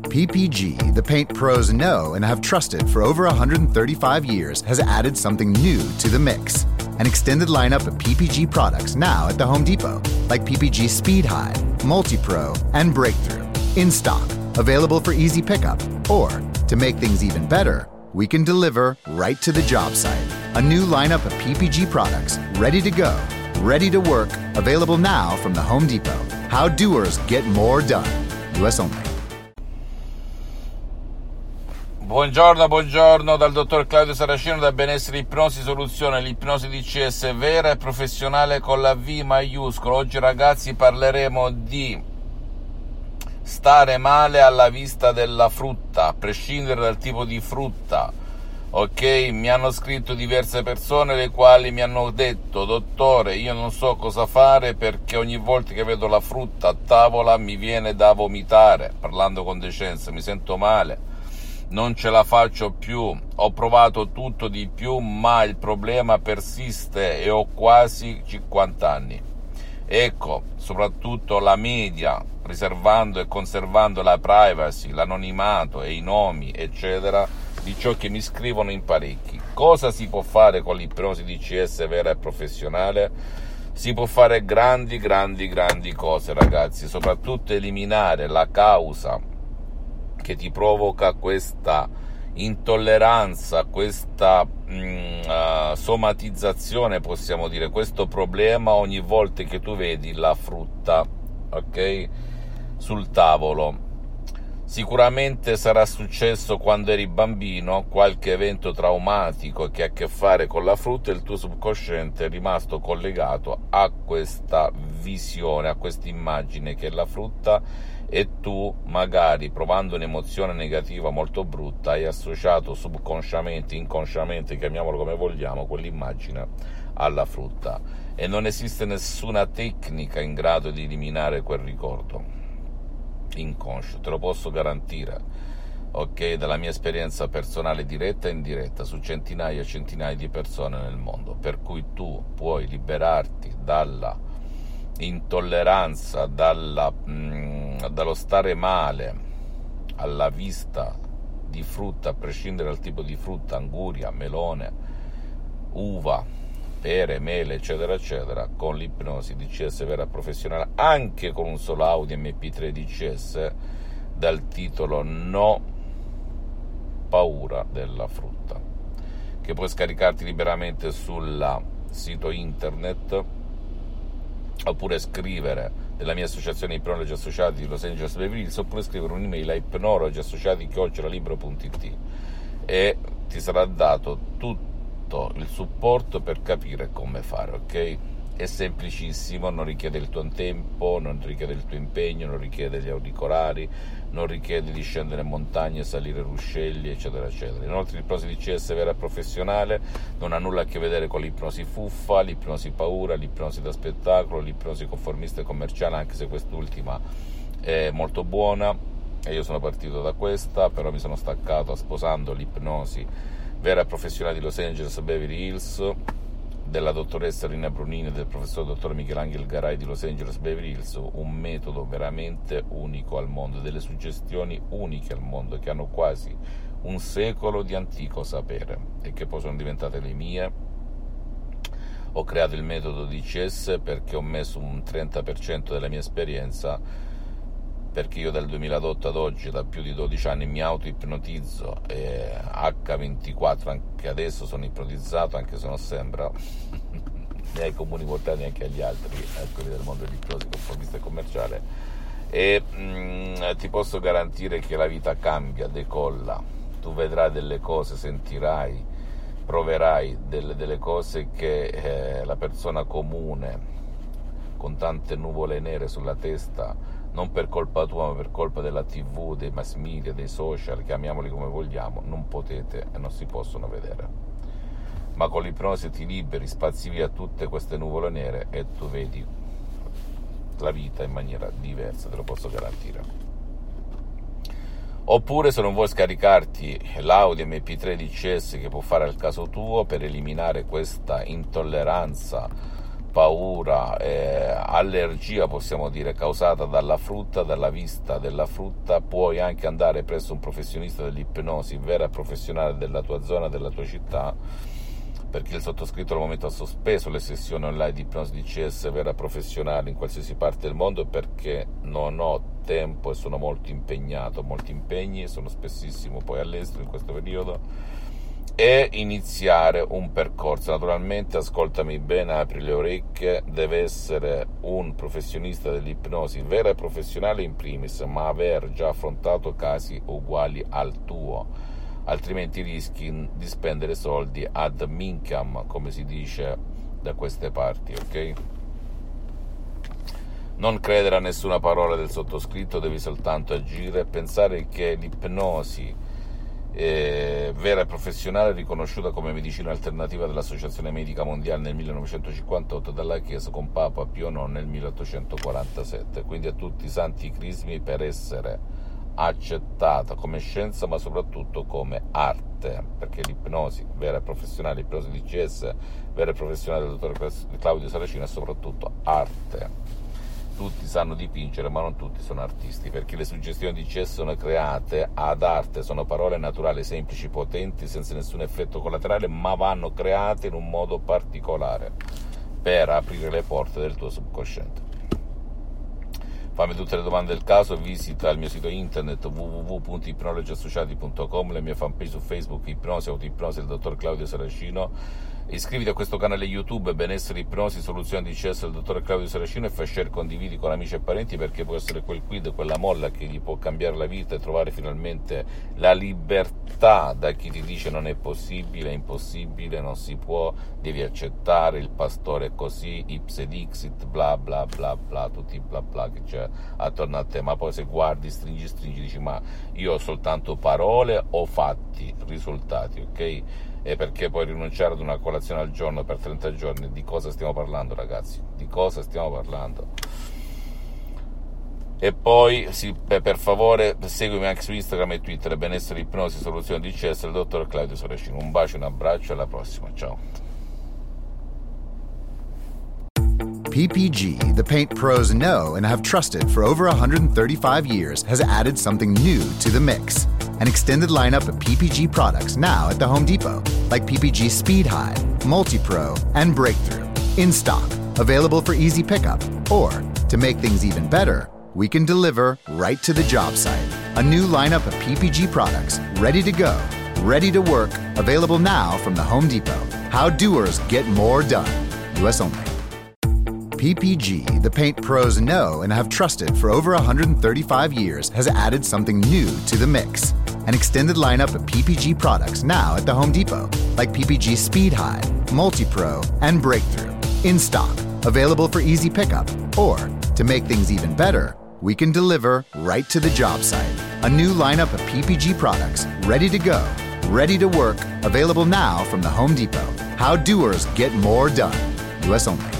PPG, the paint pros know and have trusted for over 135 years, has added something new to the mix. An extended lineup of PPG products now at the Home Depot, like PPG Speed High, Multi-Pro, and Breakthrough. In stock, available for easy pickup, or, to make things even better, we can deliver right to the job site. A new lineup of PPG products, ready to go, ready to work, available now from the Home Depot. How doers get more done. US only. Buongiorno dal dottor Claudio Saracino da Benessere Ipnosi Soluzione, l'ipnosi DCS vera e professionale con la V maiuscola. Oggi ragazzi parleremo di stare male alla vista della frutta, a prescindere dal tipo di frutta. Ok, mi hanno scritto diverse persone le quali mi hanno detto: dottore, io non so cosa fare perché ogni volta che vedo la frutta a tavola mi viene da vomitare, parlando con decenza, mi sento male, non ce la faccio più, ho provato tutto di più ma il problema persiste e ho quasi 50 anni. Ecco, soprattutto la media, riservando e conservando la privacy, l'anonimato e i nomi eccetera di ciò che mi scrivono in parecchi. Cosa si può fare con l'ipnosi DCS vera e professionale? Si può fare grandi cose ragazzi, soprattutto eliminare la causa che ti provoca questa intolleranza, questa somatizzazione, possiamo dire, questo problema ogni volta che tu vedi la frutta, ok, sul tavolo. Sicuramente sarà successo quando eri bambino qualche evento traumatico che ha a che fare con la frutta e il tuo subconsciente è rimasto collegato a questa visione, a questa immagine che è la frutta, e tu magari provando un'emozione negativa molto brutta hai associato subconsciamente, inconsciamente, chiamiamolo come vogliamo, quell'immagine alla frutta, e non esiste nessuna tecnica in grado di eliminare quel ricordo inconscio, te lo posso garantire, ok, dalla mia esperienza personale diretta e indiretta su centinaia e centinaia di persone nel mondo, per cui tu puoi liberarti dalla intolleranza, dallo stare male alla vista di frutta, a prescindere dal tipo di frutta, anguria, melone, uva, pere, mele, eccetera, eccetera, con l'ipnosi DCS vera professionale, anche con un solo audio MP3 DCS dal titolo No paura della frutta, che puoi scaricarti liberamente sul sito internet, oppure scrivere della mia associazione Ipnologi Associati di Los Angeles Beverly Hills, oppure scrivere un'email a ipnologiassociati@libero.it e ti sarà dato tutto il supporto per capire come fare, ok? È semplicissimo, non richiede il tuo tempo, non richiede il tuo impegno, non richiede gli auricolari, non richiede di scendere in montagne, salire ruscelli, eccetera, eccetera. Inoltre l'ipnosi DCS vera e professionale non ha nulla a che vedere con l'ipnosi fuffa, l'ipnosi paura, l'ipnosi da spettacolo, l'ipnosi conformista e commerciale, anche se quest'ultima è molto buona e io sono partito da questa, però mi sono staccato sposando l'ipnosi vera e professionale di Los Angeles Beverly Hills, della dottoressa Rina Brunini e del professor dottor Michelangelo Garay di Los Angeles Beverly Hills, un metodo veramente unico al mondo, delle suggestioni uniche al mondo che hanno quasi un secolo di antico sapere e che poi sono diventate le mie. Ho creato il metodo DCS perché ho messo un 30% della mia esperienza, perché io dal 2008 ad oggi, da più di 12 anni, mi auto-ipnotizzo H24, anche adesso sono ipnotizzato, anche se non sembra, né ai comuni mortali neanche agli altri, quelli del mondo dell'ipnosi conformista e commerciale, e ti posso garantire che la vita cambia, decolla, tu vedrai delle cose, sentirai, proverai delle cose che la persona comune con tante nuvole nere sulla testa, non per colpa tua ma per colpa della TV, dei mass media, dei social, chiamiamoli come vogliamo, non potete e non si possono vedere. Ma con l'ipnosi ti liberi, spazi via tutte queste nuvole nere e tu vedi la vita in maniera diversa, te lo posso garantire. Oppure, se non vuoi scaricarti l'audio MP3 DCS che può fare al caso tuo per eliminare questa intolleranza paura, allergia possiamo dire, causata dalla frutta, dalla vista della frutta, puoi anche andare presso un professionista dell'ipnosi vera e professionale della tua zona, della tua città, perché il sottoscritto al momento ha sospeso le sessioni online di ipnosi DCS vera professionale in qualsiasi parte del mondo perché non ho tempo e sono molto impegnato, molti impegni, sono spessissimo poi all'estero in questo periodo, e iniziare un percorso. Naturalmente, ascoltami bene, apri le orecchie, deve essere un professionista dell'ipnosi vera e professionale in primis, ma aver già affrontato casi uguali al tuo, altrimenti rischi di spendere soldi ad mincham, come si dice da queste parti, ok? Non credere a nessuna parola del sottoscritto, devi soltanto agire, pensare che l'ipnosi vera e professionale riconosciuta come medicina alternativa dall'Associazione Medica Mondiale nel 1958 dalla Chiesa con Papa Pio IX nel 1847, quindi a tutti i santi crismi per essere accettata come scienza ma soprattutto come arte, perché l'ipnosi vera e professionale, l'ipnosi DCS vera e professionale del dottor Claudio Saracino è soprattutto arte. Tutti sanno dipingere ma non tutti sono artisti, perché le suggestioni DCS sono create ad arte, sono parole naturali, semplici, potenti, senza nessun effetto collaterale, ma vanno create in un modo particolare per aprire le porte del tuo subconsciente. Fammi tutte le domande del caso, visita il mio sito internet www.ipnologiassociati.com, le mie fanpage su Facebook, Ipnosi, Autoipnosi del dottor Claudio Saracino. Iscriviti a questo canale YouTube, Benessere, Ipnosi, Soluzioni DCS del dottor Claudio Saracino, e fai share, condividi con amici e parenti, perché può essere quel quid, quella molla che gli può cambiare la vita e trovare finalmente la libertà da chi ti dice non è possibile, è impossibile, non si può, devi accettare, il pastore è così, ipse dixit, bla bla bla bla, tutti i bla bla che c'è attorno a te. Ma poi se guardi, stringi, dici ma io ho soltanto parole o fatti, risultati, ok? E perché poi rinunciare ad una colazione al giorno per 30 giorni? Di cosa stiamo parlando, ragazzi? Di cosa stiamo parlando? E poi, sì, per favore, seguimi anche su Instagram e Twitter, Benessere, Ipnosi, Soluzioni DCS, il dottor Claudio Saracino. Un bacio, un abbraccio, alla prossima, ciao. PPG, the paint pros know and have trusted for over 135 years, has added something new to the mix. An extended lineup of PPG products now at the Home Depot, like PPG Speed High, Multi-Pro, and Breakthrough. In stock, available for easy pickup, or, to make things even better, we can deliver right to the job site. A new lineup of PPG products, ready to go, ready to work, available now from the Home Depot. How doers get more done. US only. PPG, the paint pros know and have trusted for over 135 years, has added something new to the mix. An extended lineup of PPG products now at the Home Depot, like PPG Speed High, Multi-Pro, and Breakthrough. In stock, available for easy pickup, or, to make things even better, we can deliver right to the job site. A new lineup of PPG products, ready to go, ready to work, available now from the Home Depot. How doers get more done. US only.